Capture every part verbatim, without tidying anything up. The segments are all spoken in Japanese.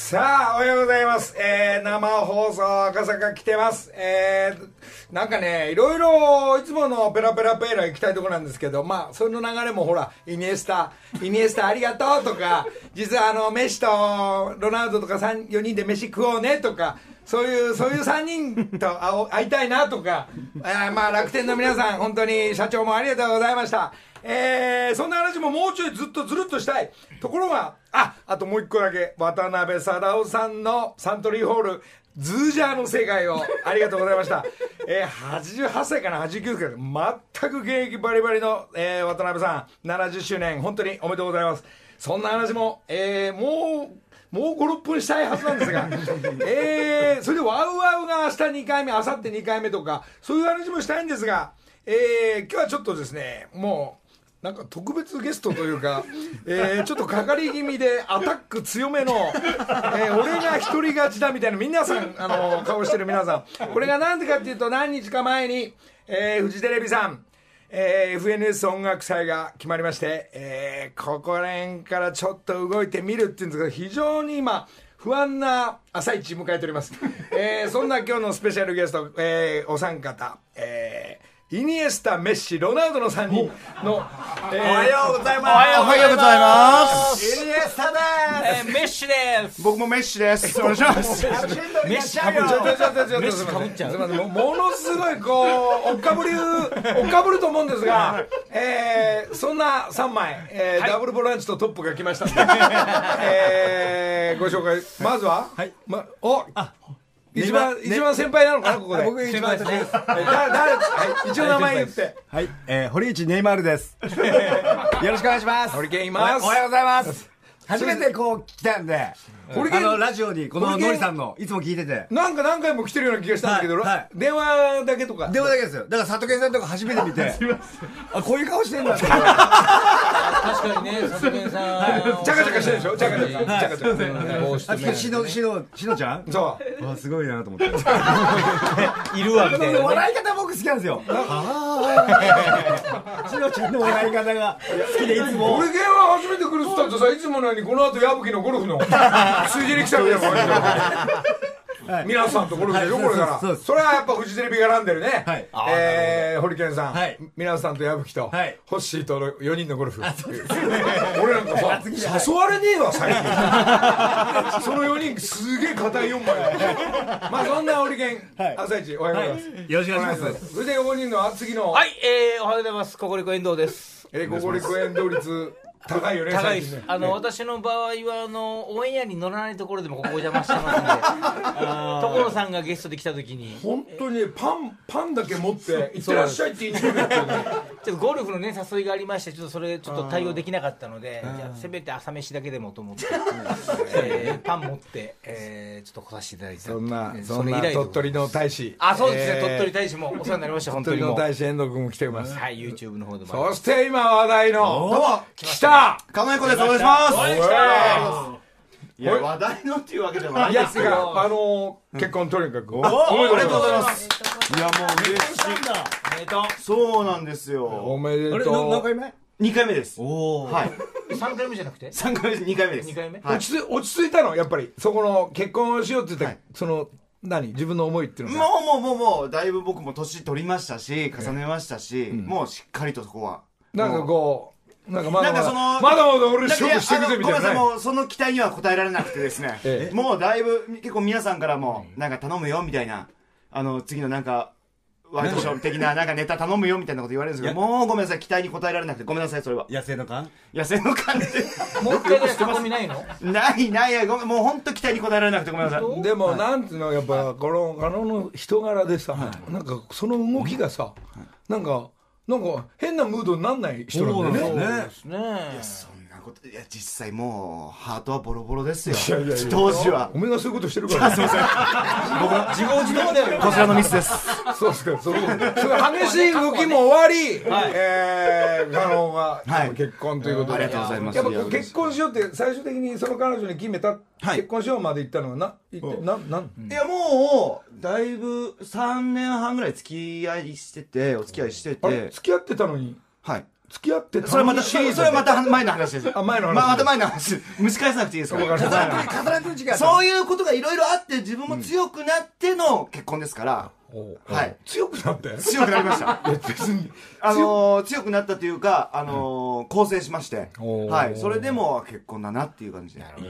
さあおはようございます、えー、生放送赤坂来てます、えー、なんかねいろいろいつものペラペラペラ行きたいところなんですけど、まあその流れもほらイニエスタイニエスタありがとうとか実はあのメッシとロナウドとかよにんで飯食おうねとかそういうそういうさんにんと会いたいなとかあまあ楽天の皆さん本当に社長もありがとうございました。えー、そんな話ももうちょいずっとずるっとしたいところがああともう一個だけ渡辺貞夫さんのサントリーホールズージャーの世界をありがとうございました、えー、はちじゅうはっさいかなはちじゅうきゅうさいか全く現役バリバリの、えー、渡辺さんななじゅっしゅうねん本当におめでとうございます。そんな話も、えー、もうもうご、ろっぷんしたいはずなんですが、えー、それでワウワウが明日にかいめ明後日にかいめとかそういう話もしたいんですが、えー、今日はちょっとですねもうなんか特別ゲストというか、えー、ちょっとかかり気味でアタック強めの、えー、俺が一人勝ちだみたいな皆さんあの顔してる皆さんこれが何でかっていうと何日か前に、えー、フジテレビさん、えー、エフエヌエス 音楽祭が決まりまして、えー、ここら辺からちょっと動いてみるっていうんですけど非常に今不安な朝一迎えております、えー、そんな今日のスペシャルゲスト、えー、お三方、えーイニエスタ、メッシ、ロナウドのさんにんの、 えー、おはようございます。 おはようございます。 イニエスタです、 えー、メッシです。 僕もメッシです。お願いします。 メッシかぶっちゃう。メッシかぶっちゃう。 ものすごいこうおっかぶりおっかぶると思うんですが、えー、そんなさんまい、えーはい、ダブルボランチとトップが来ましたので、えー、ご紹介まずは、はいま、おあ一番、ね、一番先輩なのかなここで。 僕一番ですね。 誰誰はい一応名前言って。 はい、えー、堀内ネイマールです。よろしくお願いします。 堀健います。 おはようございます。初めてこう来たんで、堀健あのラジオにこのノリさんのいつも聞いてて、 なんか何回も来てるような気がしたんだけど、はいはい、電話だけとか。 電話だけですよ。だから里健さんとか初めて見て、あこういう顔してんだって。確かにね里健さん。 チャカチャカしてるでしょ。チャカチャカ。チャカチャカ。 あとしのしのしのちゃん。 そう。 あすごいなと思って。 いるわみたいな。 笑い方僕好きなんですよ。しのちゃんの笑い方が好きでいつも。 堀健は初めて来るスタートさいつものようにこの後矢吹のゴルフの水ジェリキさんみたいな感じで。皆さんとゴルフでしょこれから。それはやっぱフジテレビが選んでるね。えー、堀健さん、皆さんと矢吹とホッシーとよにんのゴルフ。俺なんかさ誘われねえわ最近。そのよにんすげえ硬いよんまい。まあそんな堀健朝一おはようございます。 よろしくお願いします。 それでよにんの次のはいえーおはようございますココリコ遠藤です。 えーココリコ遠藤率高いよね。 高いです。あの、ね、私の場合はあのオンエアに乗らないところでもここお邪魔してますんで、所さんがゲストで来た時に本当にパンパンだけ持って行ってらっしゃいって言いに来るっていうね。 ちょっとゴルフのね誘いがありましてちょっとそれちょっと対応できなかったので、じゃあせめて朝飯だけでもと思って、えー、パン持って、えー、ちょっと来させていただいて、 そんなそんな鳥取の大使。 あそうですね、えー、鳥取大使もお世話になりました。本当に鳥取の大使遠藤君も来ています。 はい YouTube の方でも。 そして今話題のどうも来た金井子です。お願いします。 いや話題のっていうわけじゃないですが、あの結婚とにかくおめでとうございます。いやもう嬉しい。 おめでとう。 そうなんですよ。 おめでとう。 何回目？にかいめです。おはい。さんかいめじゃなくて？ さんかいめ、にかいめです。 にかいめ。 落ち着落ち着いたのやっぱりそこの結婚しようって言ってその何自分の思いっていうのが。 もうもうもうもうだいぶ僕も年取りましたし重ねましたし、もうしっかりとそこはなんかこう。なんかまだまだまだまだ俺勝負していくぜみたいな。 ごめんなさいもうその期待には応えられなくてですね、ええ、もうだいぶ結構皆さんからもなんか頼むよみたいな、あの次のなんかワイドショー的ななんかネタ頼むよみたいなこと言われるんですけど、もうごめんなさい期待に応えられなくてごめんなさい。それは野生の勘野生の勘でもう一回ぐらい頼みないの？ ないないごめんもう本当期待に応えられなくてごめんなさい。 でもなんていうのやっぱこのあの人柄でさ、なんかその動きがさなんかなんか変なムードになんない人なんだよね。 そうですね。いやそんなこといや実際もうハートはボロボロですよ。いやいやいや当時はお前がそういうことしてるから。すみません。 僕自業自得だよ。 こちらのミスです。 そうですか。そういう激しい動きも終わり、えー、加納が結婚ということで、 ありがとうございます。 やっぱ結婚しようって最終的にその彼女に決めた結婚しようまで言ったのはなななんいやもうだいぶさんねんはんぐらい付き合いしててお付き合いしてて付き合ってたのにはい付き合ってたそれはまた、そシリーズれはまた前の話です。 あ前の話まあ、また前の話。蒸し返さなくていいですか。そういうことがいろいろあって、自分も強くなっての結婚ですから、はい。 強くなって強くなりました。別に。あのー、強くなったというか、あのー、構成しまして、はい。それでも結婚だなっていう感じで。はい。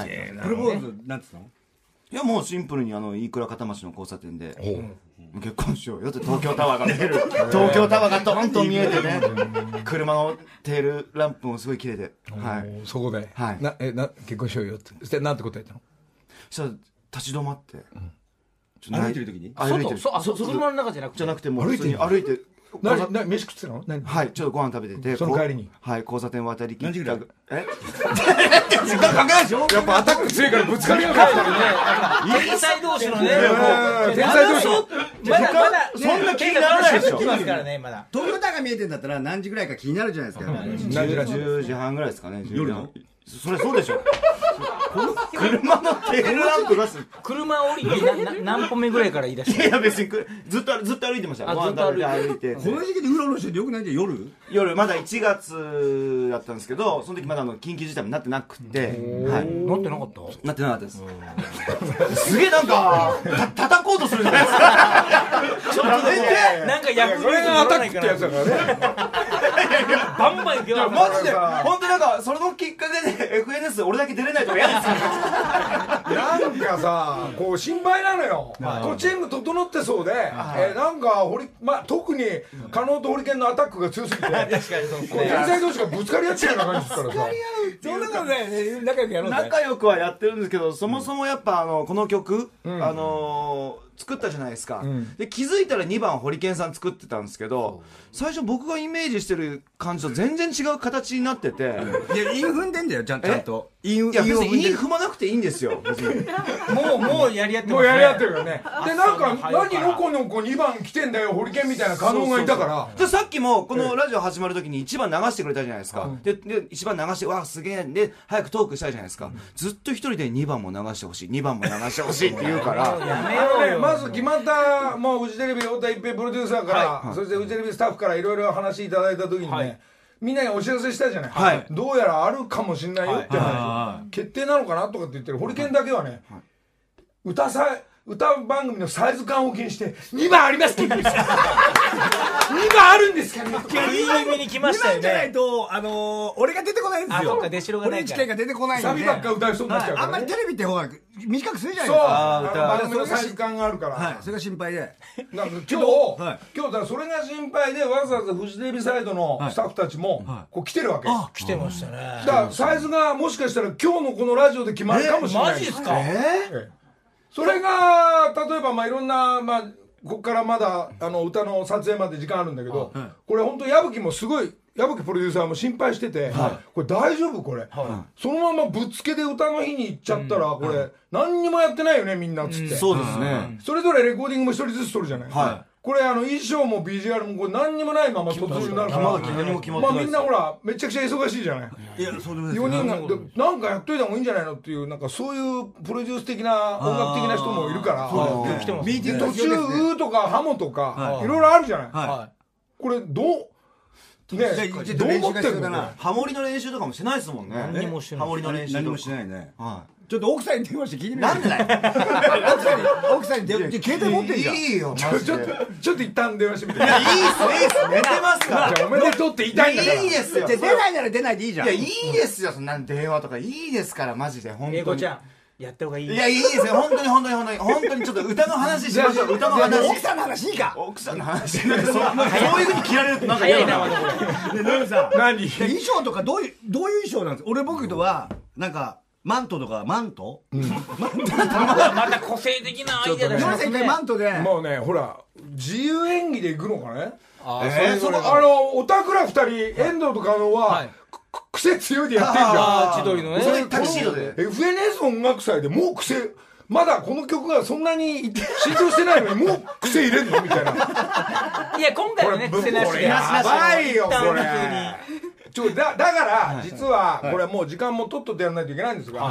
プロポーズ、なんつったの？ いや、もうシンプルに、あの、飯倉片町の交差点で、結婚しようよって東京タワーが見える。東京タワーがドンと見えてね。車のテールランプもすごい綺麗で。はい。 そこで。 はい。 な、え、な、結婚しようよって。そしてなんて答えたの？ そしたら、立ち止まって。 歩いてる時に？ 歩いてる。 そう、あ、そ、車の中じゃなくて。 じゃなくて、もう普通に歩いて。 な、な、飯食ってたの？ はい、ちょっとご飯食べてて。 その帰りに。 はい、交差点渡りきった。 何時ぐらい？ え？ 時間かけないでしょ？ やっぱアタック強いからぶつかり合うからね。 天才同士のね、 天才同士の。 まだまだ、 そんな気にならないでしょ。 ますからね、まだ。 東京タワーが見えてんだったら何時ぐらいか気になるじゃないですか。 じゅうじはんぐらいですかね。 夜の？ それそうでしょ。車のテールランプ出す。 車降りてなな何歩目ぐらいから言い出した？ いや別にずっとずっと歩いてました。 あ、ずっと歩いて歩いて。 この時期でうろうろしててよくないんで夜？ 夜まだいちがつだったんですけど、その時まだあの緊急事態になってなくて、はい。 なってなかった？ なってなかったです。すげえなんかた叩こうとするじゃないですか。 ちょっとやめて。なんか役これがアタックってやつだからね。 バンバン行けば。 マジで本当なんかそのきっかけで エフエヌエス 俺だけ出れないとか嫌ですよ。 なんかさ、こう心配なのよ。こうチーム整ってそうで、えなんか堀まあ特に加納と堀健のアタックが強すぎて、 確かにそうですね。 天才同士がぶつかり合っちゃうような感じですからさ。 そんなことないね。仲良くやろうぜ。 仲良くはやってるんですけど、そもそもやっぱあのこの曲、あの作ったじゃないですか、で気づいたらにばん堀健さん作ってたんですけど、最初僕がイメージしてる感じと全然違う形になってて、 いや韻踏んでんだよちゃんと。 いや別に韻踏まなくていいんですよ。別にもうもうやり合ってますね。 もうやり合ってるよね。でなんか何のこの子にばん来てんだよ堀健みたいな加納がいたから。 でさっきもこのラジオ始まる時にいちばん流してくれたじゃないですか。ででいちばん流してわあすげえで早くトークしたいじゃないですか。ずっと一人でにばんも流してほしいにばんも流してほしいって言うから。 やめようよ。 まず決まったもうフジテレビ太田一平プロデューサーから、そしてフジテレビスタッフからいろいろ話いただいた時にね、みんなにお知らせしたじゃない、はい、どうやらあるかもしれないよって話、はい、決定なのかなとかって言ってる堀健だけはね、はい、歌さ歌番組のサイズ感を気にしてにばんありますって言うんですよ。にばんあるんですかね。 いい意味に来ましたよね。 にばんじゃないとあのー、俺が出てこないんですよ。 あ、そっか出しろがないから。 堀内健が出てこないんで。 サビばっか歌う人になっちゃうから、ね、 あんまりテレビって方が短くするじゃないですか。 そう、番組のサイズ感があるから。 はい、それが心配で。 なんか今日、はい、今日だそれが心配でわざわざフジテレビサイドのスタッフたちもこう来てるわけ。 はいはい、あ、来てましたね。 だからサイズがもしかしたら今日のこのラジオで決まるかもしれない。 マジですか？ えーそれが例えばまあいろんな、まあ、ここからまだあの歌の撮影まで時間あるんだけど、はい、これ本当矢吹もすごい矢吹プロデューサーも心配してて、はい、これ大丈夫これ、はい、そのままぶっつけで歌の日に行っちゃったら、うん、これ、はい、何にもやってないよねみんなっつって、うん、 そうですね。 それぞれレコーディングも一人ずつ撮るじゃない、はい、これあの衣装も ビージュアル もこれ何にもないまま突入になるから、まあみんなほらめちゃくちゃ忙しいじゃない。 いやそうでもないです。 よにんがなんかやっといた方がいいんじゃないのっていうなんかそういうプロデュース的な音楽的な人もいるから、途中うーとかハモとかいろいろあるじゃない、はい、これどうねえどう思ってるの？ ハモリの練習とかもしないですもんね。 何もしない。 ハモリの練習何もしないね。 はい。 ちょっと奥さんに電話して聞いてみる。 なんでだよ。 奥さんに奥さんに電話携帯持ってんじゃん。 いいよ。 ちょちょっとちょっと一旦電話してみて。 いやいいっすいいっす。寝てますから。 じゃあおめでとうって言いたいんだから。 いいですよ。 じゃ出ないなら出ないでいいじゃん。 いやいいですよ。そんな電話とかいいですからマジで本当に。 英子ちゃん。やった方がいい。 いやいいですよ本当に本当に本当に本当にちょっと歌の話しましょう。歌の話。 奥さんの話いいか。 奥さんの話。そういう風に切られるとなんか早いなこれ。ねノリさん。 何？ 衣装とかどういうどういう衣装なんですか。俺僕とはなんか。マントとかマント、うん、 またまた個性的なアイデアでしますね。マントでもうねほら自由演技で行くのかね。あ、えー、そのあのおたくらふたり遠藤とかのは、はい、癖強いでやってんじゃん。 あ千鳥のね。 それタキシードでエフエヌエス 音楽祭でもう癖まだこの曲がそんなに浸透してないのにもう癖入れんのみたいな。 いや今回はね癖なしで。 やばいよこれ。ちょだだから実はこれもう時間もとっととやらないといけないんですが、はい、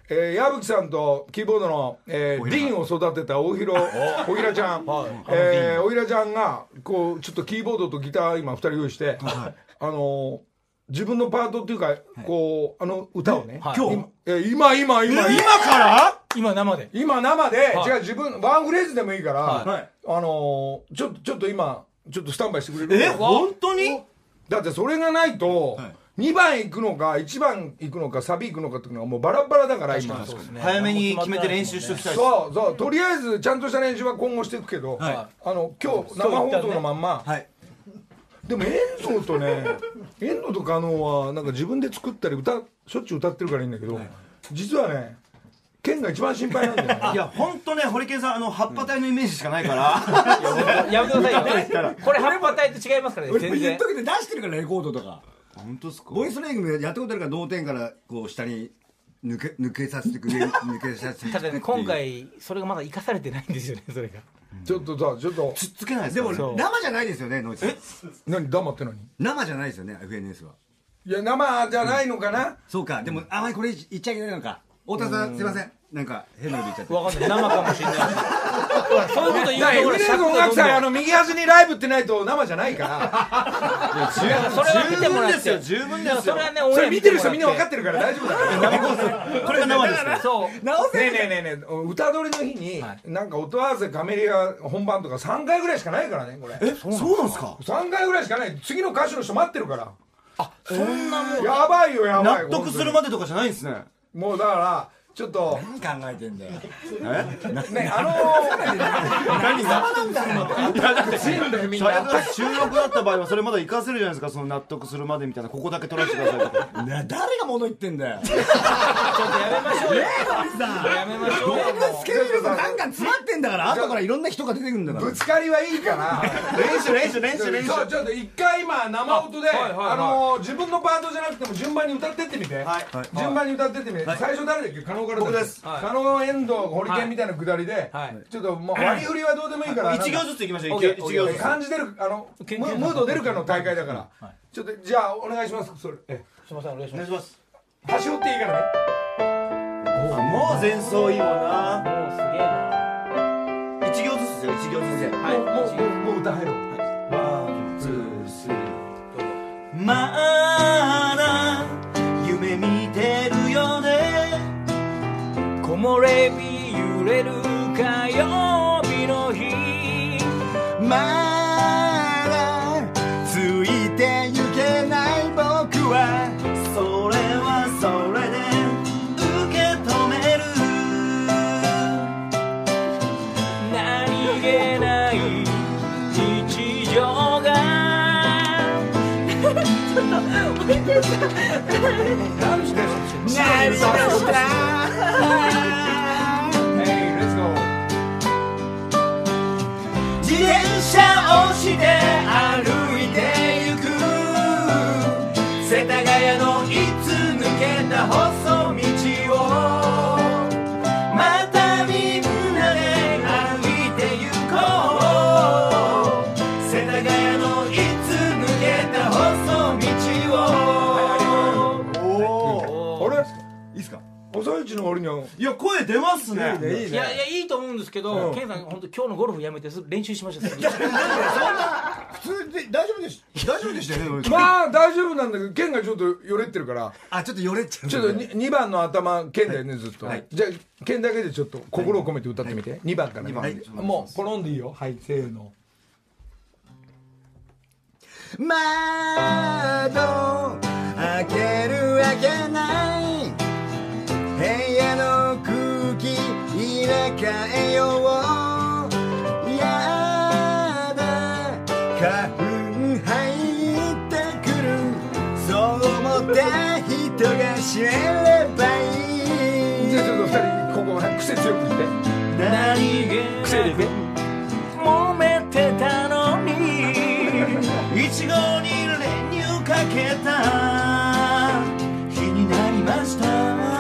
えー、矢吹さんとキーボードの、えー、ディーンを育てた大広おひらちゃん、えー、おひらちゃんがこうちょっとキーボードとギター今ふたり用意して、はい、あのー、自分のパートっていうか、はい、こうあの歌をね、 はい、今日え今今今、 えー、今から今生で今生で、はい、違う自分ワンフレーズでもいいから、 はい、 あのー、ちょっとちょっと今ちょっとスタンバイしてくれる？ え本当に？ だってそれがないと、はい、にばん行くのかいちばん行くのかサビ行くのかっていうのがもうバラバラだから今、 ね、早めに決めて練習しておきたいです。 そうそう、とりあえずちゃんとした練習は今後していくけど、はい、あの今日生放送のまんま、はい、でも遠藤とね遠藤と加納はなんか自分で作ったり歌しょっちゅう歌ってるからいいんだけど、はい、実はねケンが一番心配なんだよね。 いや本当ね、堀健さんあの葉っぱ隊のイメージしかないから、 やめてくださいよ。これ葉っぱ隊と違いますからね。 俺も言っとけて出してるからレコードとか。 本当ですか？ ボイスレイングやったことあるから同点からこう下に抜け抜けさせてくれ抜けさせてくれ。 ただね今回それがまだ生かされてないんですよね。それがちょっとさちょっとつっつけないですか？でも生じゃないですよね野内さん。 え何黙って何？ 生じゃないですよね エフエヌエス は。 いや生じゃないのかな、うん、 そうか。でもあまりこれ言っちゃいけないのか。太田さんすいません、なんか変なこと言っちゃって。 わかんない、生かもしれない。そういうこと言うとエフエヌエス音楽祭あの右端にライブってないと生じゃないからそれは見てもらってよ。 十分ですよ。 それはね、 それ見てる人みんな分かってるから大丈夫だからこれが生ですから。 そう。 ねえねえねえねえ、歌取りの日になんか音合わせカメリア本番とかさんかいぐらいしかないからねこれ。 え、そうなんですか？ さんかいぐらいしかない。次の歌手の人待ってるから。 あ、そんなもん。 やばいよやばい。 納得するまでとかじゃないんですね。 もうだからちょっと何考えてんだよ。 え？ね、あのー、何が？ いやだって最悪収録だった場合はそれまだ活かせるじゃないですか。その納得するまでみたいな、ここだけ取らせてくださいとか。 誰が物言ってんだよ。 ちょっとやめましょうよ。やめましょうよ。 スケジュールがガンガン詰まってんだから、後からいろんな人が出てくるんだから。 ぶつかりはいいから練習練習練習練習。 ちょっと一回今生音であの自分のパートじゃなくても順番に歌ってってみて。順番に歌ってってみて。最初誰だっけ？加納からです。加納、遠藤、堀健みたいなくだりで、ちょっともう割り振りはどうでもいいから一行ずついきましょう。一行ずつ感じ出る、あのムード出るかの大会だからちょっとじゃあお願いします。それえすみません、お願いします。 端折っていいからね。もう前奏いいもんな。 もうすげえな。 一行ずつですよ。一行ずつで。 はい。もうもう歌入ろう。ワンツースリー。 まだ夢見てるよね。 木漏れ日揺れる火曜日の日、 まだついてゆけない僕はそれはそれで受け止める。 何気ない日常が何してる何してる自転車をして歩いてゆく世田谷のいつ抜けた細道をまたみんなで歩いてゆこう。世田谷のいつ抜けた細道を。 おお、あれいいっすか？ 朝一の割には。 いや声出ますね。 いいね、いいね。 いやいやいいと思うんですけど、ケンさん本当今日のゴルフやめて練習しましょう。 普通で大丈夫でし大丈夫でしたよね。 まあ大丈夫なんだけど、ケンがちょっとよれってるから。 あ、ちょっとよれちゃう。 ちょっとにばんの頭ケンだよねずっと。じゃあケンだけでちょっと心を込めて歌ってみて。にばんから。もう転んでいいよ。はい、せーの。 窓開ける開けない部屋の空気入れ替えよう。やだ花粉入ってくる。そう思った人が知れればいい。 じゃあちょっとふたりここ癖強く言って。 何気癖でいけ。 揉めてたのにいちごに練乳かけた日になりました。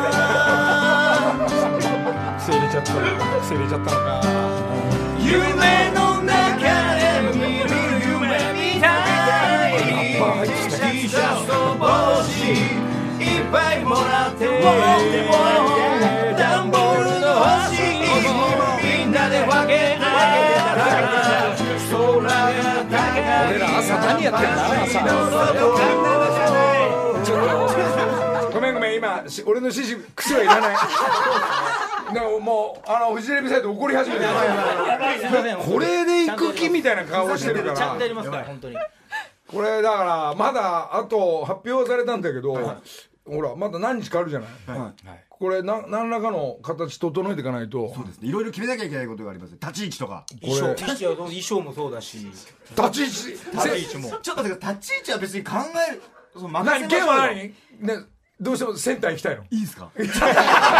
癖入れちゃったのか。癖入れちゃったのか。 夢の中で見る夢みたい。 T シャツと帽子いっぱいもらってもらってもらって何やってんのちょっとごめんごめん今俺の指示クソはいらないでももうあのフジテレビサイト怒り始めてるこれで行く気みたいな顔してるからちゃんとやりますから本当にこれだからまだあと発表されたんだけど、はい、ほらまだ何日かあるじゃない、はいはい、これな何らかの形整えていかないと。 そうですね、いろいろ決めなきゃいけないことがあります。立ち位置とか衣装衣装もそうだし立ち位置立ち位置もちょっと待って、立ち位置は別に考えるそう任せましょうよ。 ケンは何、ね、どうしてもセンター行きたいの？ いいですかケンさん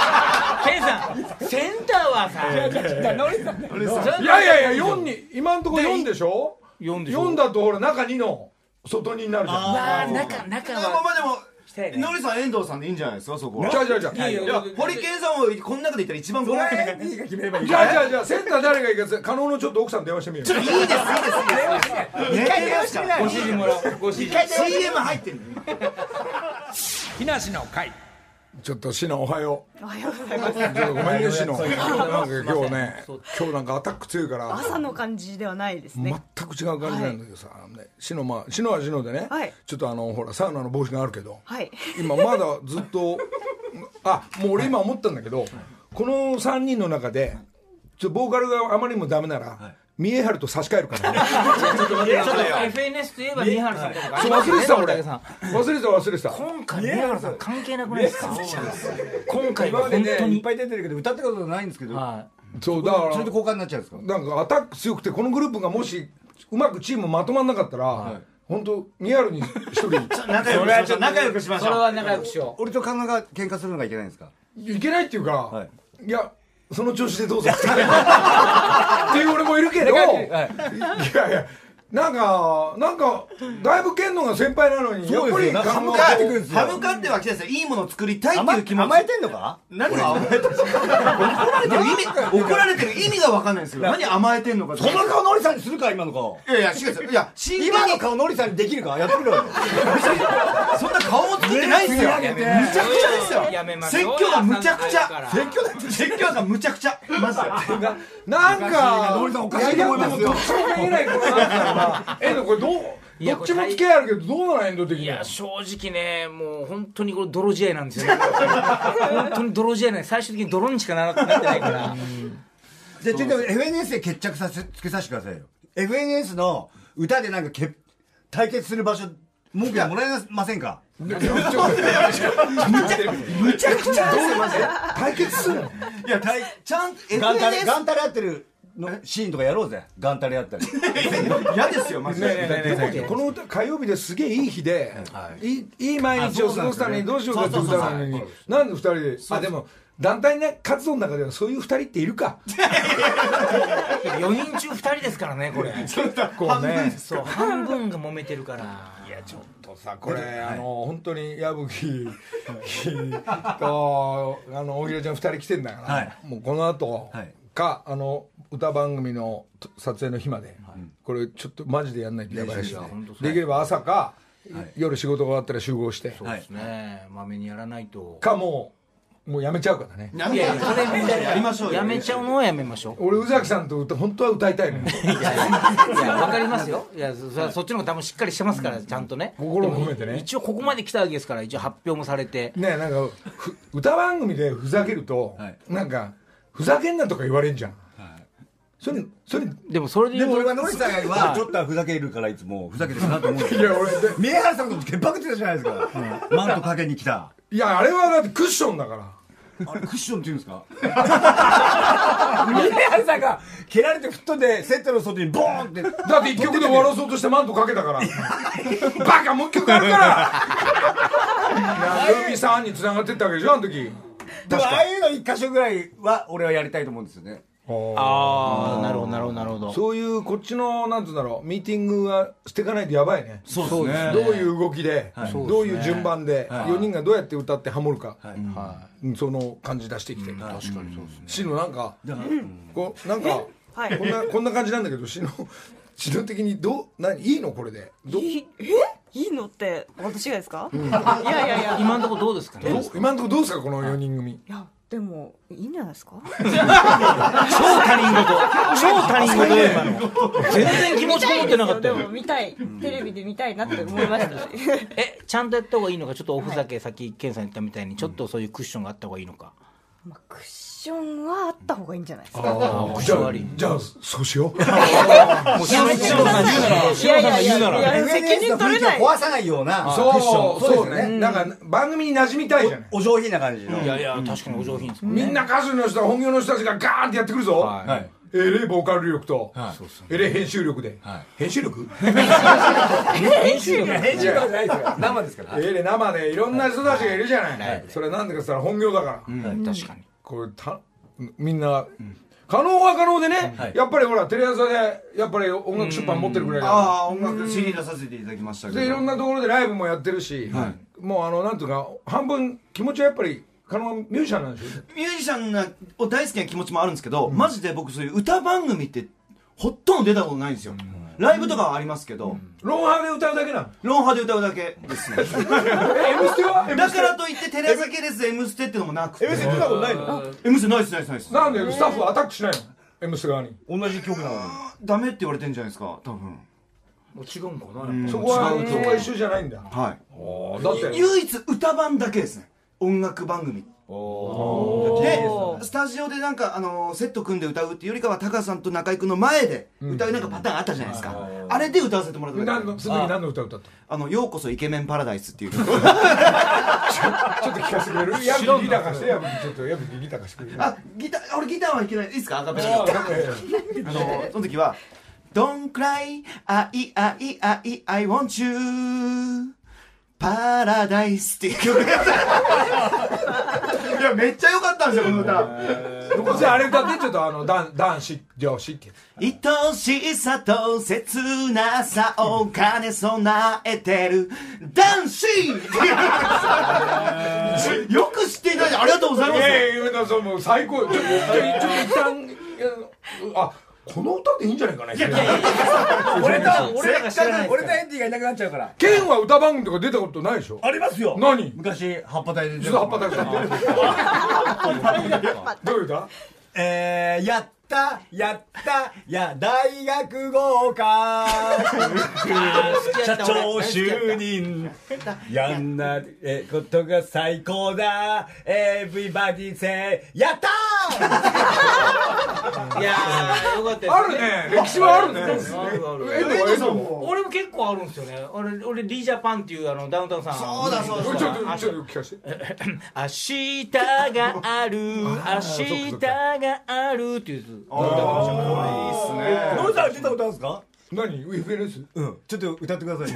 センターはさ、えー、ノリさんいやいやいやよんに今のところよんでしょ。 よんでしょ。 よんだとほら中にの外になるじゃん。 まあ中中はまあでもノリさん遠藤さんでいいんじゃないですかそこは。 じゃあじゃあじゃあいやホリケンさんもこの中で言ったら一番これが決めればいい。 じゃあじゃあじゃあセンター誰がいいか可能のちょっと奥さん電話してみる。 ちょっといいですいいですいいです一回電話してない。 ご指示もらおう。ご指示シーエム 入ってる。 木梨の会ちょっとシノおはよう。 おはようございます。 ごめんねシノ。なんか今日ね今日なんかアタック強いから朝の感じではないですね。 全く違う感じなんだけどさ、ね、シノまあシノはシノでね、はい、ちょっとあのほらサウナの帽子があるけど、はい、今まだずっとあもう俺今思ったんだけど、このさんにんの中でちょっとボーカルがあまりにもダメなら、はい、三重春と差し替えるからね。 ちょっと待ってちょっと エフエヌエス といえば三重春さんとか忘れてた俺忘れてた忘れてた。 今回三重春さん関係なくないですか。今回は本当にいっぱい出てるけど歌ったことないんですけど、 そうだからそれで交換になっちゃうんですか。 なんかアタック強くてこのグループがもしうまくチームまとまんなかったら本当三重春に一人仲良くしましょう。 それは仲良くしよう。 俺と神奈が喧嘩するのがいけないんですか。 いけないっていうかいやその調子でどうぞっていう俺もいるけど、いやいやなんかなんかだいぶ剣のが先輩なのにやっぱり歯向かってくるんですよ。歯向かっては来てですよ。いいものを作りたいっていう気持ち。甘えてんのか？何が甘えてんの？怒られてる意味怒られてる意味が分かんないんですよ。何甘えてんのか。その顔ノリさんにするか今の顔。いやいや違ういや今の顔ノリさんにできるかやってみろよ。そんな顔も作ってないんですよ。むちゃくちゃですよ。説教がむちゃくちゃ。説教だ説教がむちゃくちゃ。マジで。 なんかノリさんおかしいと思いますよ。 どっちも見えないことなんだえのこれどうどっちも付き合いあるけどどうなのエンド的に。 いや正直ねもう本当にこれ泥試合なんですよね。本当に泥試合なんで最終的に泥にしかなってないから。 じゃあちょっと エフエヌエス で決着させつけさせてくださいよ。 エフエヌエス の歌でなんかけ対決する場所文句がもらえませんか。むちゃくちゃですよマジで。 対決するの。 いやちゃんと エフエヌエス ガンタレやってるのシーンとかやろうぜ。ガンタレやったり嫌ですよマジで。 この歌火曜日ですげえいい日でいい毎日を過ごすためにどうしようかって歌なのになんでふたりで。あでも団体活動の中ではそういうふたりっているか。 よにん中ふたりですからねこれ。 こうねそう半分が揉めてるから。 いやちょっとさこれあの本当に矢吹とあの大平ちゃんふたり来てんだからもうこの後かあの歌番組の撮影の日までこれちょっとマジでやんないとやばいしできれば朝か夜仕事が終わったら集合してそうですねまめにやらないとかもうもうやめちゃうからね。 いやいやそれやりましょう。やめちゃうのはやめましょう。 俺宇崎さんと歌本当は歌いたいの。いやいやわかりますよ。いやそそっちの方が多分しっかりしてますからちゃんとね。 心を込めてね。 一応ここまで来たわけですから一応発表もされて。 ねなんか歌番組でふざけるとなんかふざけんなとか言われんじゃん。それそれでもそれででも俺はノリさんはちょっとはふざけるからいつもふざけてるなと思うんですよ。いや俺三重原さんのこと潔白ってたじゃないですか。マントかけに来た。 いやあれはだってクッションだから。 あれクッションって言うんですか。三重原さんが蹴られて吹っ飛んでセットの外にボーンってだって一曲で終わらそうとしてマントかけたからバカもう一曲あるからルーミーさんに繋がってったわけでしょあの時。 でもああいうの一箇所ぐらいは俺はやりたいと思うんですよね。 ああなるほどなるほどなるほど。 そういうこっちのなんつうんだろうミーティングはしていかないとやばいね。 そうですね。 どういう動きで、はい、どういう順番で、はい、よにんがどうやって歌ってハモるか、はいはい、その感じ出してきて、うん、確かにそうですね。シノなんか、うん、こうなんか、はい、こんなこんな感じなんだけどシノシノ的にどう何いいのこれでどいえいいのって私がですか、うん、いやいやいや今のところどうですかね。 今のところどうですかこのよにん組。いやでもいいんじゃないですか。 超他人事超他人事今の全然気持ちこもってなかったよ。 でも見たい、テレビで見たいなって思いましたしえちゃんとやった方がいいのか、ちょっとおふざけ、はい、さっきケンさん言ったみたいにちょっとそういうクッションがあった方がいいのか。 まあ、クッションはあった方がいいんじゃないですか。 ああクッション悪い。 じゃあそうしよう。 もうシロさん言うならシロさんが言うなら責任取れない、 壊さないようなそうクッション。 そうね。なんか番組に馴染みたいじゃない。 お上品な感じの。 いやいや確かにお上品ですもんね。 みんな歌手の人本業の人たちがガーンってやってくるぞ。 はいえれいボーカル力とえれい編集力で。編集力？ 編集力編集力じゃないですよ。生ですから。 えれ生でいろんな人たちがいるじゃない。それなんでかって言ったら本業だから。 確かにこれたみんな可能は可能でね、やっぱりほらテレ朝でやっぱり音楽出版持ってるぐらいだ。 ああ音楽 シーディー 出させていただきましたけど。 でいろんなところでライブもやってるし、もうあのなんていうか半分気持ちはやっぱり可能ミュージシャンなんですよ。 ミュージシャンを大好きな気持ちもあるんですけど、マジで僕そういう歌番組ってほとんど出たことないんですよ。ライブとかはありますけど、 ロンハーで歌うだけなの。 ロンハーで歌うだけですね。 え M ステはだからといってテレ朝系列で M ステっていうのもなくて。 M ステ出たことないの？ M ステないですないですないです。 なんでスタッフアタックしないの M ステ側に。 同じ曲なのにダメって言われてんじゃないですか多分。 もう違うんかな。 そこはそこは一緒じゃないんだ。 はいだって唯一歌番だけですね、音楽番組で。スタジオでなんかあのセット組んで歌うっていうよりかはタカさんと中居君の前で歌うなんかパターンあったじゃないですか。あれで歌わせてもらっただけ。 何のその時何の歌歌ったの？ あのようこそイケメンパラダイスっていう曲。 ちょっと聞かせてくれる？やぶギター貸してやぶちょっとやぶギター貸してくれる？ あギター俺ギターはいけないいいですかアカペラ。あのその時は Don't cry I I I I want you パラダイスっていう曲。いやめっちゃ良かったんですよこの歌。 じゃああれ歌ってちょっとあの男男子女子って愛しさと切なさを兼ね備えてる男子。よく知っていただいてありがとうございます。 いやいや上田さんもう最高。ちょっとちょっと一旦あこの歌でいいんじゃないかな。 俺と俺らが知らない。俺とエンディがいなくなっちゃうから。 ケンは歌番組とか出たことないでしょ？ ありますよ。 何？ 昔葉っぱ隊で。 ちょっと葉っぱ隊歌ってる。どういう歌？ えー、やったやったや大学合格社長就任やんなえことが最高だ Everybody say やったいやーよかったですね。 あるね歴史はあるね。 あるある。 えどうえどう俺も結構あるんですよね。俺俺リージャパンっていうあのダウンタウンさん。 そうだそうだ。 ちょっとちょっと聞かせて。 明日がある明日があるっていうやつ。 ああいいっすね。 ノリさん出たことあるんですか？ 何 エフエヌエス？ うんちょっと歌ってください。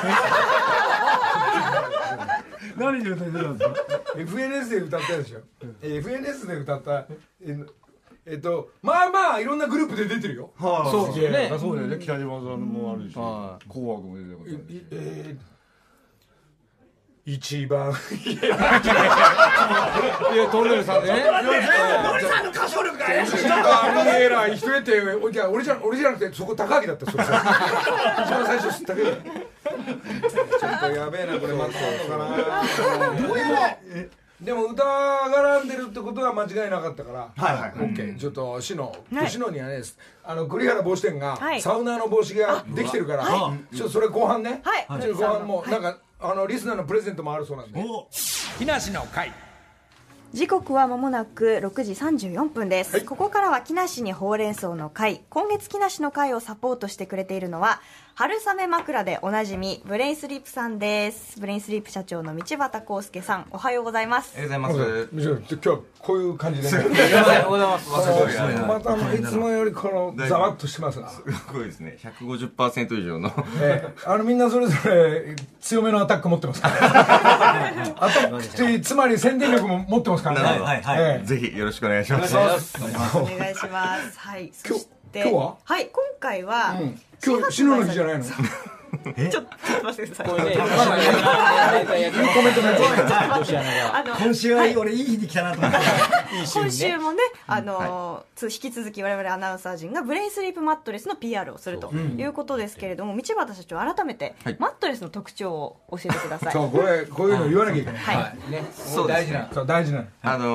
何で歌ってたんですか？ エフエヌエス で歌ったでしょ。 エフエヌエス で歌ったええっとまあまあいろんなグループで出てるよ。 はい。 そうですよね。 そうだよね。北島さんもあるし、 は紅白も出てることあるし。 えー一番いやトンネルさんでね。 ノリさんの歌唱力が怪しい。 ちょっとあのエラー人やっておじゃ俺じゃ俺じゃなくてそこ高木だったそれ一番最初知ったけどちょっとやべえなこれ待ってたのかな。どうやでも歌が絡んでるってことは間違いなかったからはいはい。 オッケーちょっとシノシノにはねあの栗原帽子店がはいサウナーの帽子ができてるからちょっとそれ後半ねはいちょっと後半もなんかあのリスナーのプレゼントもあるそうなんで。 木梨の会。 時刻は間もなくろくじさんじゅうよんぷんです、ここからは木梨にほうれん草の会。今月木梨の会をサポートしてくれているのは春雨枕でおなじみブレインスリープさんです。ブレインスリープ社長の道端康介さん、おはようございます。 ありがとうございます。 今日はこういう感じでねおはようございます。 またいつもよりこのざわっとしてますがすごいですね。ひゃくごじゅっパーセント以上のええ、あのみんなそれぞれ強めのアタック持ってますからアタックってつまり宣伝力も持ってますからね。 はいはいええぜひよろしくお願いします。 お願いしますはいそして今日ははい今回は、 うん今日シノの日じゃないの？ ちょっとちょっと待ってください。 これね、コメントのやつ。 あの今週は俺いい日に来たなと思って。 今週もね、あのーつ引き続き我々アナウンサー陣がブレインスリープマットレスの ピーアール をするということですけれども、道端社長改めてマットレスの特徴を教えてください。 そうこれこういうの言わなきゃいけない。 はい。 ね、 そうですね。 そう大事なの。 あのー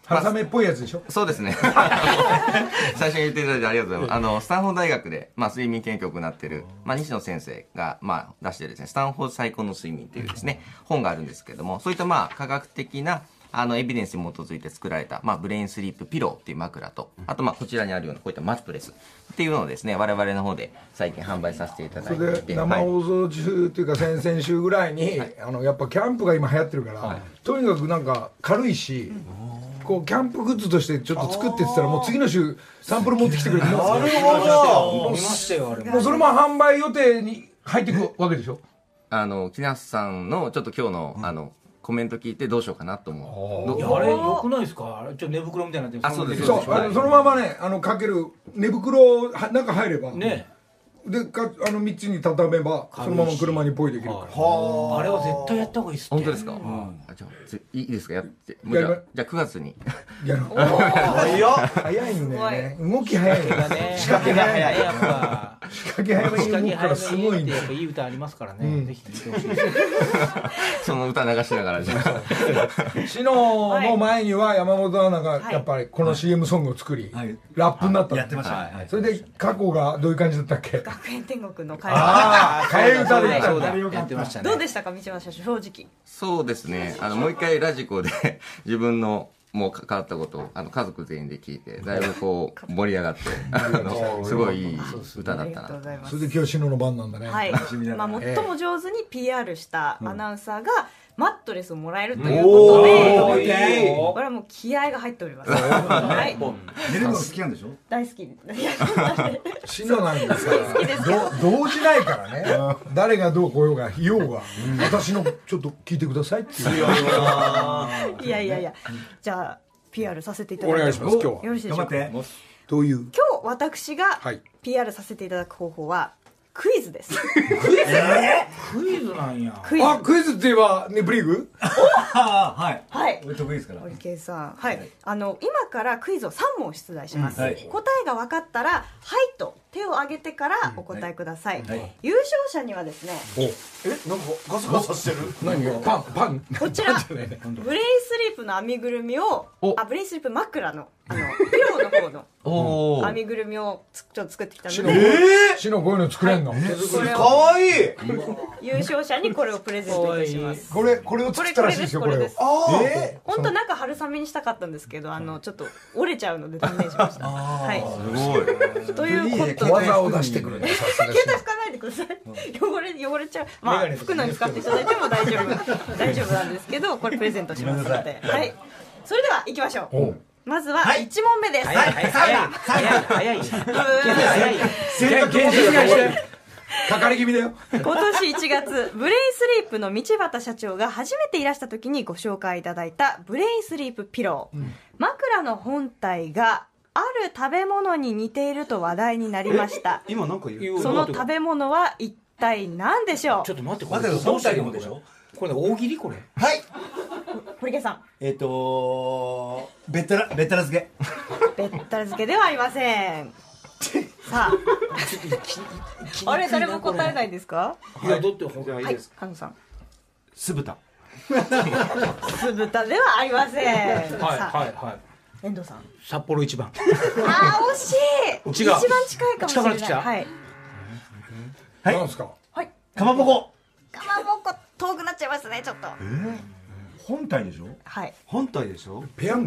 春雨っぽいやつでしょ。 そうですね。最初に言っていただいてありがとうございます。あの、スタンフォード大学で、まあ、睡眠研究を行っている、まあ、西野先生が、まあ、出してですね、スタンフォード最高の睡眠というですね、本があるんですけれども、そういった、まあ、科学的な、あの、エビデンスに基づいて作られた、まあ、ブレインスリープピローっていう枕と、あと、まあ、こちらにあるような、こういったマットレスっていうのをですね、我々の方で最近販売させていただいていて。 それで、生放送中っていうか、先々週ぐらいに、あの、やっぱキャンプが今流行ってるから、とにかくなんか軽いし、こうキャンプグッズとしてちょっと作ってって言ったらもう次の週サンプル持ってきてくれて、なるほど、見ましたよあれ。 もうそれも販売予定に入っていくわけでしょ。 あの木梨さんのちょっと今日の、あのコメント聞いてどうしようかなと思う。 いやあれ良くないですか。あれちょっと寝袋みたいになってる。 あ、そうです。 そう、あのそのままね、あのかける寝袋は中入ればね。 でかあのみっつに畳めばそのまま車にポイできるから。 はあ。あれは絶対やった方がいいです。 本当ですか。あ、じゃあいいですか、やってもうじゃあじゃあくがつにやる。 早っ早いんだよね。動き早いよね。 仕掛けが早い。やっぱ仕掛け早めに動くからすごいんだよ。 やっぱいい歌ありますからね。ぜひ聴いてほしいです。 その歌流しながらじゃあ。 シノの前には山本アナがやっぱりこの シーエム ソングを作りラップになった。 やってました。 それで過去がどういう感じだったっけ。 学園天国の会ああ、替え歌でそうだやってましたね。 どうでしたか、道村社長、正直。 そうですね。あのもう一回ラジコで自分のもう関わったことをあの家族全員で聞いてだいぶこう盛り上がってあのすごいいい歌だったな。 それで今日シノの番なんだね。 はい。まあ最も上手に ピーアール したアナウンサーがマットレスをもらえるということで、これはもう気合が入っております。はい。 寝るの好きなんでしょ。 大好き。 シノなんですから動じないからね。誰がどう来ようがいようが私のちょっと聞いてくださいっていう。 いやいやいや、じゃあ ピーアール させていただいてお願いします。今日はよろしいでしょうか。 どういう。 今日私が ピーアール させていただく方法はクイズです。 クイズなんや。 クイズ。あ、クイズって言えばネプリーグ？ はい。 はい。 俺得意ですから。 堀圭さん。はい。あの今からクイズをさん問出題します。答えが分かったらはいと手を挙げてからお答えください。優勝者にはですね。 え、なんかガサガサしてる。 何が？パンパン。 こちらブレインスリープの編みぐるみを、あ、ブレインスリープ枕のあのピローの方の。編みぐるみをちょっと作ってきたので、 えー、シノこういうの作れんの？ かわいい。 優勝者にこれをプレゼントいたします。 これこれを作ったらしいですよ。これを。 えー、本当なんか春雨にしたかったんですけど、あのちょっと折れちゃうので断念しました。はい。 すごい。 ということで技を出してくる。 携帯拭かないでください。汚れ汚れちゃう。まあ拭くのに使っていただいても大丈夫大丈夫なんですけど、これプレゼントしますので、はい。それでは行きましょう。まずはいち問目です。 早い早い早い早い。 先生かかり気味だよ。 今年いちがつブレインスリープの道端社長が初めていらした時にご紹介いただいたブレインスリープピロー、うん、枕の本体がある食べ物に似ていると話題になりました。 今なんか言う。 その食べ物は一体何でしょう。 ちょっと待って、これ本体のでしょ。これ大喜利これ。 はい。 堀圭さん。 えっとべったらべったら漬け。 べったら漬けではありません。さあ、あれ誰も答えないですか？ いや、だってはい、菅野さん。 酢豚。 酢豚ではありません。 はいはいはい。 遠藤さん。 札幌一番。 ああ、惜しい。一番近いかもしれない。 近はい。 はい。なんですか？ はい。 かまぼこ。 かまぼこ遠くなっちゃいますね、ちょっと。 本体でしょ。 はい。 本体でしょ。 ペヤング。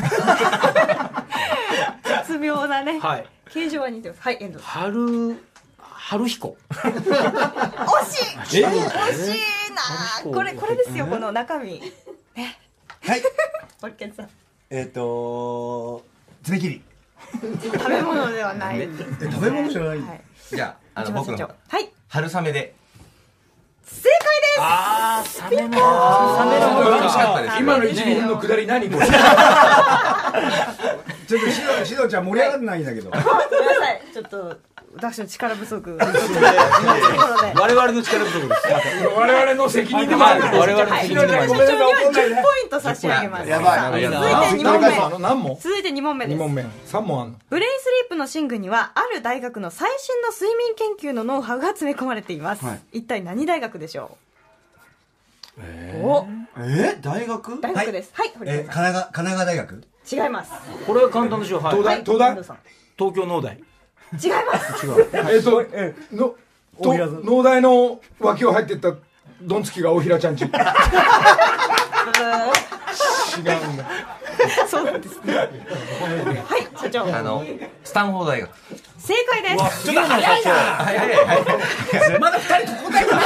絶妙なね。 はい。 形状は似てます。はい、遠藤。 春春彦。 惜しい。惜しいな。これこれですよ、この中身。ね。 はい。 堀健さん。 えっと爪切り。 食べ物ではない。 食べ物じゃない。 じゃあ、あの僕のはい春雨で。 正解です。 ああ、サメのサメの美味しかったです。 今の一分の下り何これ。 ちょっとしのしのちゃん盛り上がらないんだけど。 ごめんなさい。ちょっと私の力不足。我 々の力不足です。 我々の責任でもある。 我々の責任でもある。 社長にはじゅっポイント差し上げます。 やばい。 続いてに問目。 何問？ 続いてに問目です。 に問目。さん問あんの。 ブレインスリープの寝具にはある大学の最新の睡眠研究のノウハウが詰め込まれています。一体何大学でしょう？ えー、おえー、大学？ 大学です。はい。 えー、神奈川神奈川大学？ 違います。 これは簡単でしょう。はい。 東大東大遠藤さん東京農大。 違います。 違う。 えっとのと農大の脇を入ってったドンツキが大平ちゃんち違うんだ。 そうなんですね。はい社長。 あのスタンフォード大学。 正解です。 ちょっと早いな。早い早い。まだ二人答えてない。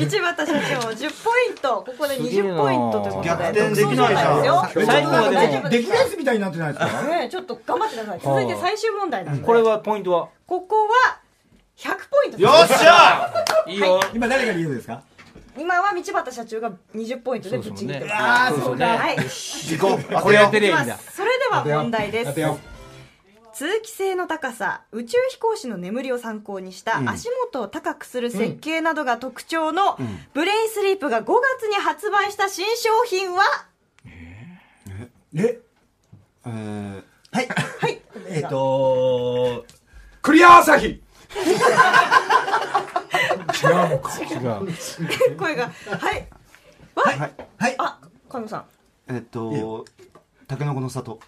道端社長じゅっポイント、ここでにじゅっポイントということで逆転できないじゃん。 最後まで大丈夫できないやつみたいになってないですか？ ね、ちょっと頑張ってください。続いて最終問題なんで、 これはポイントは。 ここはひゃくポイントです。 よっしゃいいよ。 今誰が言うんですか？ 今は道端社長がにじゅっポイントでぶっちぎってます。 ああそうか。 はい。 行こう。 これやってるいき意味だ。 ます。それでは問題です当て。よ通気性の高さ、宇宙飛行士の眠りを参考にした足元を高くする設計などが特徴のブレインスリープがごがつに発売した新商品は、 ええーはいはい、 えっとクリア朝日。違うのか。 違う。 声がはいはい。 はいあ、神野さんえっとタケノコの里。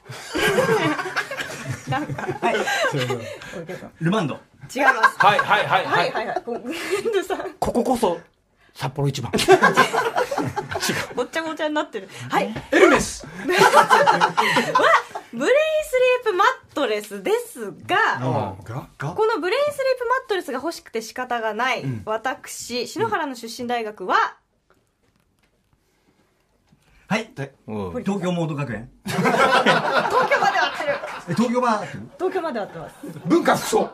なんかはい小池さんルマンド。 違います。 はいはいはいははいい。 はいはい。こうグレンドさんこここそ札幌一番。 ごっちゃごちゃになってる。はい。 エルメス。 ブレインスリープマットレスですが、 がこのブレインスリープマットレスが欲しくて仕方がない、私篠原の出身大学は、 はいうん東京モード学園。 東京まで合ってる。 え東京は東京まで合ってます。 文化服装。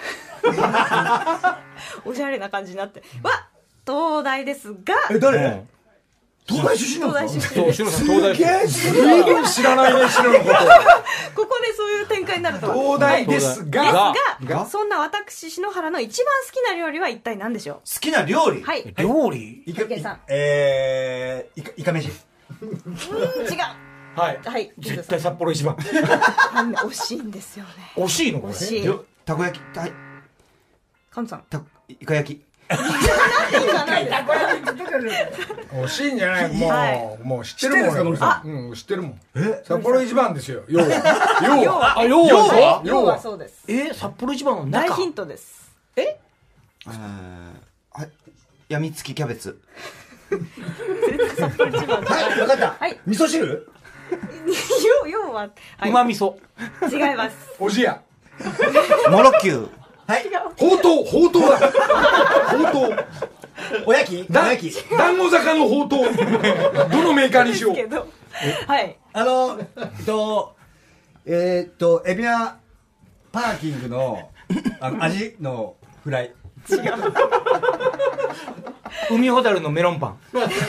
おしゃれな感じになっては東大ですが、 え誰？東大出身なん東ですか？ 大出身です。 そう、篠田東大。 随分知らないね、白のこと。 ここでそういう展開になると思う。 東大ですですが。 が、そんな私篠原の一番好きな料理は一体何でしょ好きな料理。 う。はい。 料理。 いか竹さんえーいかいかめし。 うーん違う。 はい。 はい。 絶対札幌一番。 惜しいんですよね。 惜しいのこれ。 惜しい。 りょたこ焼き。はい。 カンさん。 たイカ焼き。 今ないです。 惜しいんじゃないもはう、もう知ってるもん。 知ってるんですか俺うん、知ってるもん。 え札幌一番ですよ。要は。要は。 あ、要は。 要はそうです。 え、札幌一番の中。 大ヒントです。え？ えーはい。やみつきキャベツ。 札幌一番。 はい分かった。 はい。 味噌汁？ 要要ははうま味噌。 違います。 おじや。 モロキュー。 はいほうとう、ほうとうだ。ほうとう。 おやき？おだやき。 団子坂のほうとう。どのメーカーにしよう。 けど、はい。 あのえっとえーっとエビナパーキングのあの味のフライ。 海ほたるのメロンパン。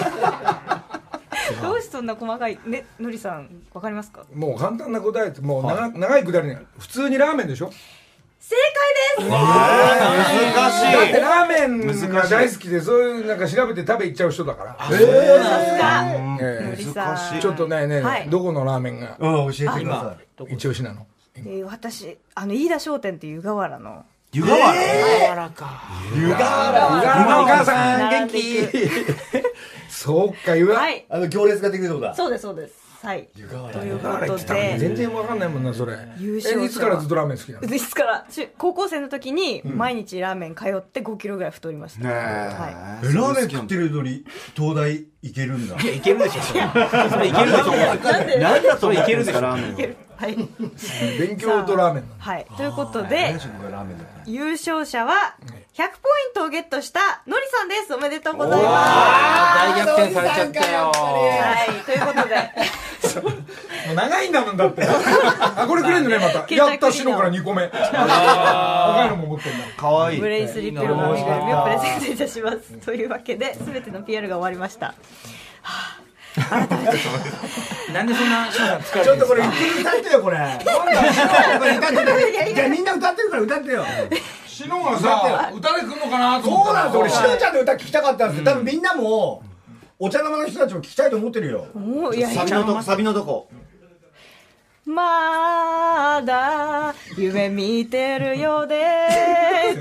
どうしてそんな細かいね、のりさんわかりますか？ もう簡単な答えって、もう長長いくだりに、普通にラーメンでしょ。 正解です。 難しだってい。 ラーメンが大好きで、そういうなんか調べて食べ行っちゃう人だから。 さすがえのえりさん。 ちょっとねえねえねはいえ、どこのラーメンがうん教えてくださ今い。 一押しなの。 えー私あの飯田商店っていう湯河原の湯河原。 柔らか。 湯河原のお母さん元並んでい気。そうか、湯河原。 はい、 あの行列ができるとこだ。 そうですそうです。はい。ということ全で、 然わかんないもんな、それ。 優勝者はえいつからずっとラーメン好きなの？ いつから中高校生の時に毎日ラーメン通ってごキロぐらい太りました。 ねはえ。 えラーメン食ってるのに東大行けるんだ。 いや、いけるでしょ、それ。それいけるでしょ。 なんで？ なんだそれいけるでしょ。 ラーメンいける。はい。 勉強とラーメンなの。 はい。ということで、 ラーメンだ。 優勝者はひゃくポイントをゲットしたのりさんです。おめでとうございます。 あー大逆転されちゃったよ。 はい。ということで、 もう長いんだもんだって。あ、これくれんのね、また。 携帯やった白からにこめ。赤いのも持ってんだ。 かわいいブ。レインスリップのぬいぐるみをプレゼントいたします。というわけで、すべての ピーアール が終わりました。 なんでそんな翔さん疲れてちょっとこれるんですか。 歌ってよこれ。これ歌ってよ。じゃあみんな歌ってるから歌ってよ。 シノがさ、歌で来んのかなと思ったら。 そうなんです。俺しのちゃんの歌聞きたかったんですよ。多分みんなもお茶の間の人たちも聞きたいと思ってるよ。 もういやいやサビのとこ、サビのとこ。 まだ夢見てるようで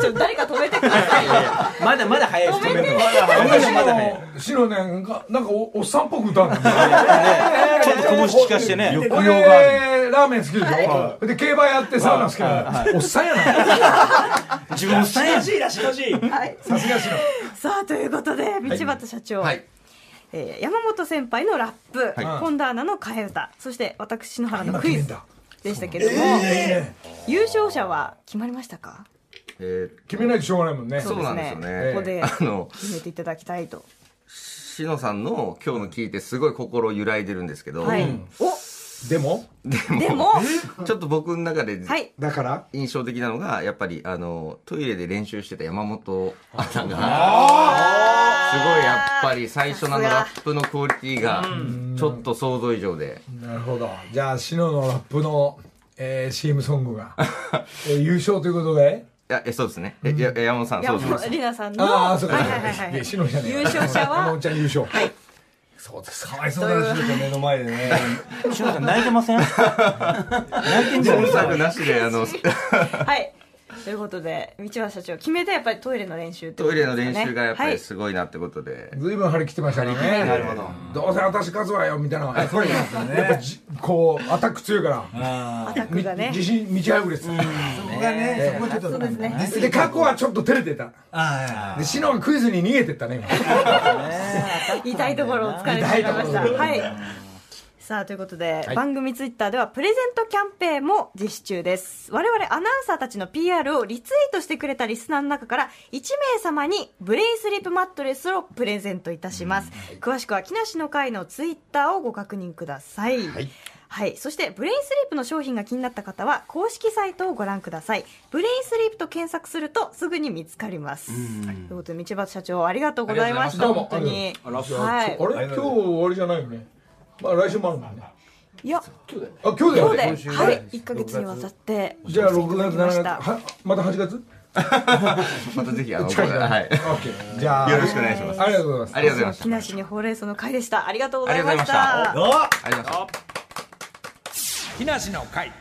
ちょっと誰か止めてくださいよ。 まだまだ早いです。 止めてまだまだ早い。 シノね、なんかなんかおおっさんっぽく歌うんだね。 ちょっとこぼし聞かしてね。 俺ラーメン好きでしょ。で競馬やってサウナ好きなの。おっさんやな。 自分おっさんやし。 はい。 さすがシノ。 さあということで道端社長。 はい。 えー、山本先輩のラップ、 はい本田アナの替え歌、そして私篠原のクイズ今決めんだでしたけども、 え優勝者は決まりましたか？ えー決めないとしょうがないもんね。 そうなんですよねここであの決めていただきたいと。 しのさんの今日の聞いてすごい心揺らいでるんですけど、 はい。 でもでもでもちょっと僕の中ではい。 だから印象的なのがやっぱりあのトイレで練習してた山本アナがすごいやっぱり最初のあのラップのクオリティがちょっと想像以上で、 なるほど。じゃあシノのラップの、えー、シーエム ソングが、えー、優勝ということで。 いやえそうですね、えや山本さんそうです山本里奈さんのああそうか。 はいはいはいはいいやシノじゃねえ優勝者山は本ちゃん優勝。 はい。 そうですか。 かわいそうだな、シノちゃん目の前でね。 しのさん泣いてません？泣いてんじゃない忖度なしであのはい。ということで道端社長決めたやっぱりトイレの練習ってこトイレとですかね。 の練習がやっぱはいりすごいなってことで、 ずいぶん張り切ってましたね。 なるほど。 どうせ私勝つわよみたいな。そうですね。やっぱじこうアタック強いから。 アタックがね。 自信満ち溢れてた。 そこがね、そこちょっと。 そうですね。 で過去はちょっと照れてた。 あでシノがクイズに逃げてったね。 痛いところを突かれてしまいました。はい。さあということで、 はい番組ツイッターではプレゼントキャンペーンも実施中です。我々アナウンサーたちの ピーアール をリツイートしてくれたリスナーの中からいちめい様にブレインスリープマットレスをプレゼントいたします。詳しくは木梨の会のツイッターをご確認ください。 はいはい、そしてブレインスリープの商品が気になった方は公式サイトをご覧ください。ブレインスリープと検索するとすぐに見つかります。ということで道端社長ありがとうございました。 ありがとう本当に。 あはい。 あれ今日終わりじゃないよね。まあ来週もあるもんね。 いやあ今日だよ今ね。 日で、はい、いっかげつにわたってじゃあろくがつしちがつましたはまたはちがつ。 またぜひあの近いからはいオッケー。じゃあよろしくお願いします。 ありがとうございます。 ありがとうございました木梨にほうれん草の会でした。ありがとうございましありがとうございまた。 ありがとうございました。 木梨の会。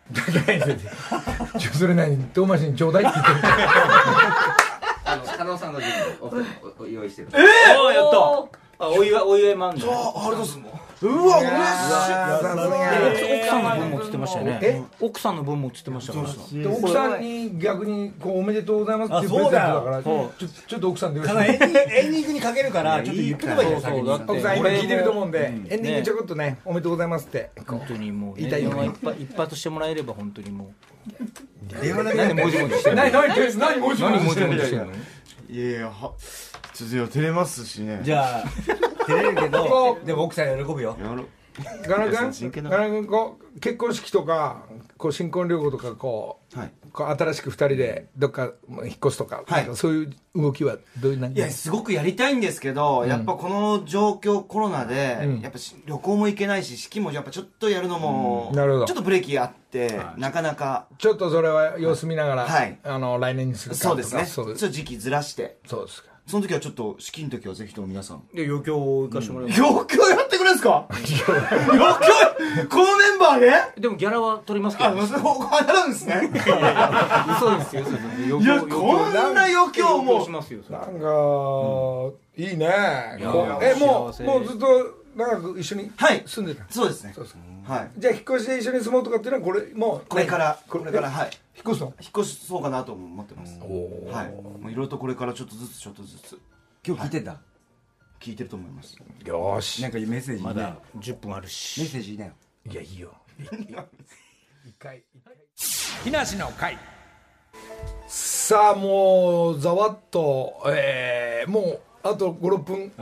ちょそれ何遠回しにちょうだいって言ってる。 あの加納さんの準備をおおお用意してる。 おーやったあお祝いお祝いマンダうわ、嬉しい。 奥さんの分もつってましたよえね奥さんの分もつってましたからで奥さんに逆にこうおめでとうございますっていうプレゼントだからちょちょっと奥さんでよろしく。 エンディングエンディングにかけるからちょっと言っとけばいいじゃん先に。 奥さん今聞いてると思うんでエンディングちょこっとねおめでとうございますってこ本当にもう言いたいよね一発一発してもらえれば本当にも電話だけうなんでもじもじしてう。 るの何何何何もじも何もじしてるじもじしてるのいやいや、は、ちょっと照れますしね。 じゃあ照れるけどでも奥さん喜ぶよ。 やろガナ君真剣なガナ君こう結婚式とかこう新婚旅行とかこうはい。 こう新しく二人でどっか引っ越すとかはいなんかそういう動きはどういう何いや、すごくやりたいんですけど、やっぱこの状況、コロナで、 うんやっぱし旅行も行けないし、式もやっぱちょっとやるのも、 うんなるほどちょっとブレーキあって、なかなか、 ちょっとそれは様子見ながら、 はいあの来年にするかとかそうですね。ちそうょっと時期ずらして、 そうですか。 その時はちょっと、式の時はぜひとも皆さん。 で余興を行かしてもらいます余興やってくれるんですか余興このメンバーででもギャラは取りますけあ、 どそこ払うんですね。 嘘ですよ嘘ですよいや、こんな余興余興もし。ますよそれなんか、いいねいやこうえも幸せうもうずっと長く一緒にはい住んでた、 そうですねそうです。 はい。 じゃあ引っ越しで一緒に住もうとかっていうのはこれもうこれから、 ここれから、はい。 引っ越すの引っ越しそうかなと思ってます。はい。もういろいろとこれからちょっとずつちょっとずつ今日聞いてんだ。 聞いてると思います。 よーしなんかメッセージまだね。 じゅっぷんあるメッしセージいいなよ。 いやいいよ一回一回木梨の会さあもうざわっとえー、もうあとごろっぷん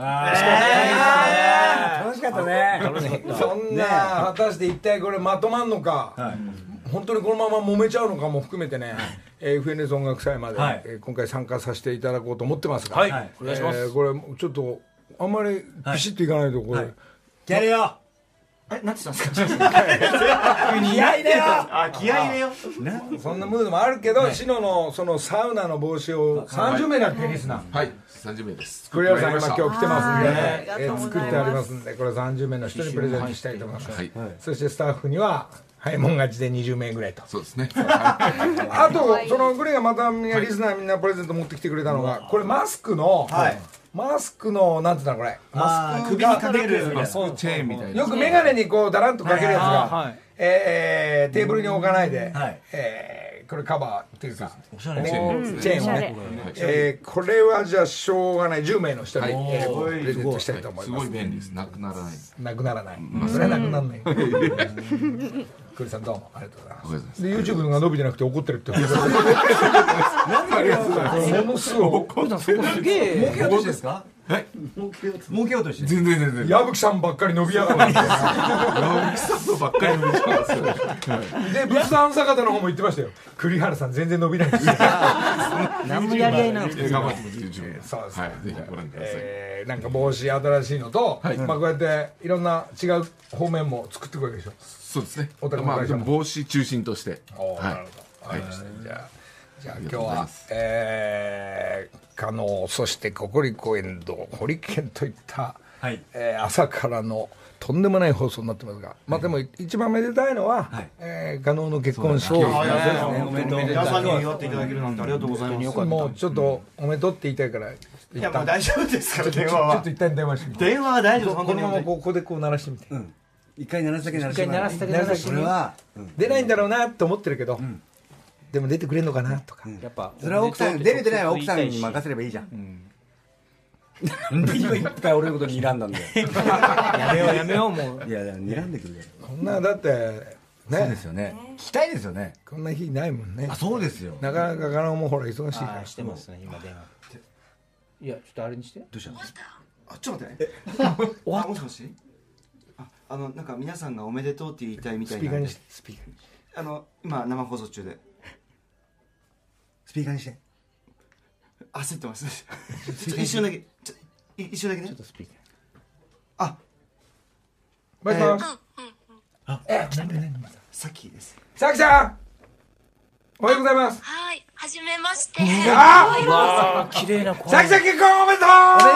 楽しかったね。 そんな果たして一体これまとまんのか、本当にこのまま揉めちゃうのかも含めてね、えー エフエヌエス 音楽祭まで、 はいえー今回参加させていただこうと思ってますが、 はいはいお願いしますえーこれちょっとあんまりピシッといかないとこれ、 はいやるよ。 え、なんて言ったんですか気合いだよ。 あ、気合い入れよ。 そんなムードもあるけど、シノのそのサウナの帽子をさんじゅうめいだっけリスナーはい、さんじゅうめいです。 栗原さん今今日来てますんではいね、 あえーりがとうございます作ってありますんでこれさんじゅうめいの人にプレゼントしたいと思います、 はい、 そしてスタッフにははい、もん勝ちでにじゅうめいぐらいと。 そうですね。 あと、そのグレがまたリスナーみんなプレゼント持ってきてくれたのが、これマスクの、マスクの、なんていうのこれ。マスク首にかけるマスクチェーンみたいな。 よくメガネにこう、だらんとかけるやつが、えー、テーブルに置かないで、えー、これカバーっていうか、チェーンをね。えー、これはじゃあしょうがないじゅうめいの人に、えー、プレゼントしたいと思います。 すごい便利です。なくならない。 なくならない。それはなくならない。クリさんどうもありがとうございます。で YouTube が伸びてなくて怒ってるって。 ありがとうございます。 ものすごい。 クリさんそこすげえ。 儲けようとしてですか？はい。儲けようとして。 全然全然。 矢吹さんばっかり伸びやがる。 矢吹さんとばっかり伸びてますよ。 で仏壇坂田の方も言ってましたよ。栗原さん全然伸びないですよ。 何もやり合いなんですけど。 頑張ってます YouTube。 そうです。 はい。ぜひご覧ください。 えー、なんか帽子新しいのと、まあこうやっていろんな違う方面も作ってくるわけでしょ。 そうですね。 お宅のまあ会社も帽子中心として。 おなるほど。はい。じゃあじゃあ今日はえー、加納そしてココリコエンドホリケンといった、はいえー、朝からのとんでもない放送になってますが、まあでも一番めでたいのは、はいえー、加納の結婚式。そうですね。 おめでとう。皆さんに祝っていただけるなんてありがとうございます。 もうちょっとおめでとうって言いたいから。 いやもう大丈夫ですから電話ちょは。 っと一旦電話してみて。 電話は大丈夫。 このままここでこう鳴らしてみて。 一回鳴らすだけ鳴らして一回鳴らすだけ鳴らしてそれは出ないんだろうなって思ってるけど、でも出てくれんのかなとか。 やっぱそれは奥さん出る出ないは奥さんに任せればいいじゃん。なんで今いっぱい俺のこと睨んだんだよ。 やめようやめようもう。 いやいや睨んでくるよ。 こんなだってそうでねすよね。聞きたいですよね。 こんな日ないもんね。 あそうですよ。 なかなか加納もほら忙しいからあしてますね今電話。いやちょっとあれにして。 どうしたの？ あちょっと待って。終わもしもし。ああのなんか皆さんがおめでとうって言いたいみたいなんで。 スピーカーにあの今生放送中で。 スピーカーにして。 焦ってます。ちょ一瞬だけ。ちょ一瞬だけね。 ちょっとスピーカー。 あもしもし。 えさっきです。 さきさんおはようございます。 はい、はじめまして。 あうわー綺麗な声。 さきさん結婚おめでとう。 あり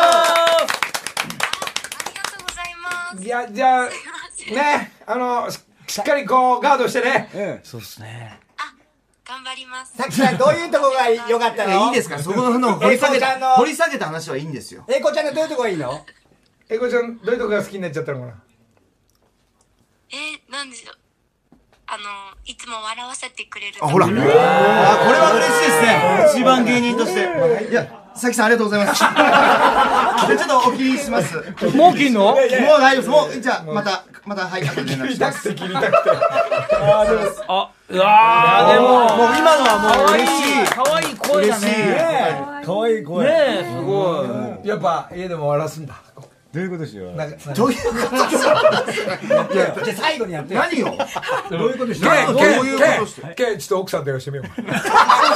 がとうございます。 いやじゃあねあのししっかりこうガードしてね。 そうですね。 あ、頑張ります。 さっきさんどういうとこが良かったの？ いいですかそこの掘り下げえいこちゃんのた掘り下げた話はいいんですよ。 えいこちゃんのどういうとこがいいの？ えいこちゃんどういうとこが好きになっちゃったのかな。 えー、なんでしょう。あの、いつも笑わせてくれる。 あほら。あこれは嬉しいですね。一番芸人として。いやさきさんありがとうございます。じゃあちょっとお切りします。 もう切んの？ もう大丈夫です。もうじゃあまたまたはい後で連絡します。 切りたくて切りたくて。 あうわーでももう今のはもう嬉しい。 可愛い声だね。 可愛い声。 ねえすごい。 やっぱ家でも笑わすんだ。 どういうことしよう。 なんかどういうことですか。 じゃあ最後にやって。 何を。 どういうことしケよう。 ンケンケンケンちょっと奥さん電話してみよう。 俺携帯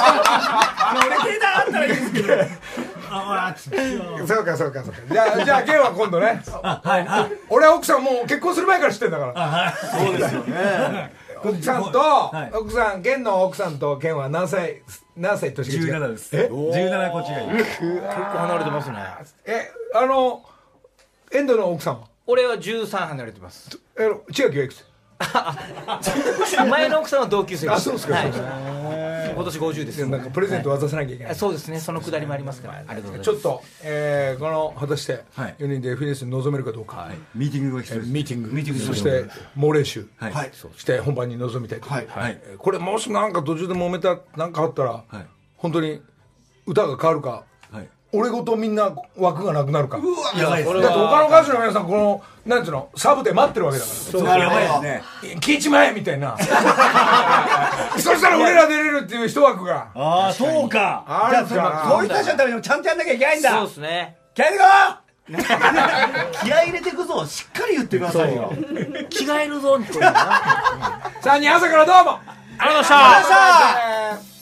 あったらいいですけど。あそうかそうかそうか。じゃあじゃあケンは今度ね。 はい。 俺は奥さんもう結婚する前から知ってんだから。 そうですよね。 奥さんと奥さんケンの奥さんとケンは何歳何歳年が違う？ じゅうななです。 え？ じゅうななこっちがいい。 結構離れてますね。 えあのエンドの奥さんは？ 俺はじゅうさん離れてます。 え千秋はいくつ？ 前の奥さんは同級生です。 あそうですか。 今年ごじゅうです。 なんかプレゼント渡さなきゃいけない。 そうですね。そのくだりもありますから。ありがとうございます。 ちょっと、えー、この果たしてはいよにんで エフエヌエス に臨めるかどうか、 ミーティングが必えー要です。 ミーティングミーティングそして猛練習、 はい。 はいそして本番に臨みたいと思います、 はいえーこれもしなんか途中で揉めたなんかあったら、 はい。 本当に歌が変わるかはい。 俺ごとみんな枠がなくなるか。 やばいですだって他の歌手の皆さんこのなんていうのサブで待ってるわけだかそうやばいですね。 ら聞いちまえみたいなそしたら俺ら出れるっていう一枠がああ、そうか。 あるじゃかあ、そういう人たちのためにもちゃんとやんなきゃいけないんだ。 そうですね。 気合い入れてこ気合い入れていくぞしっかり言ってくださいよ。 着替えるぞみたいな。 さんにん朝からどうもありがとうございました。 ありがとうございました。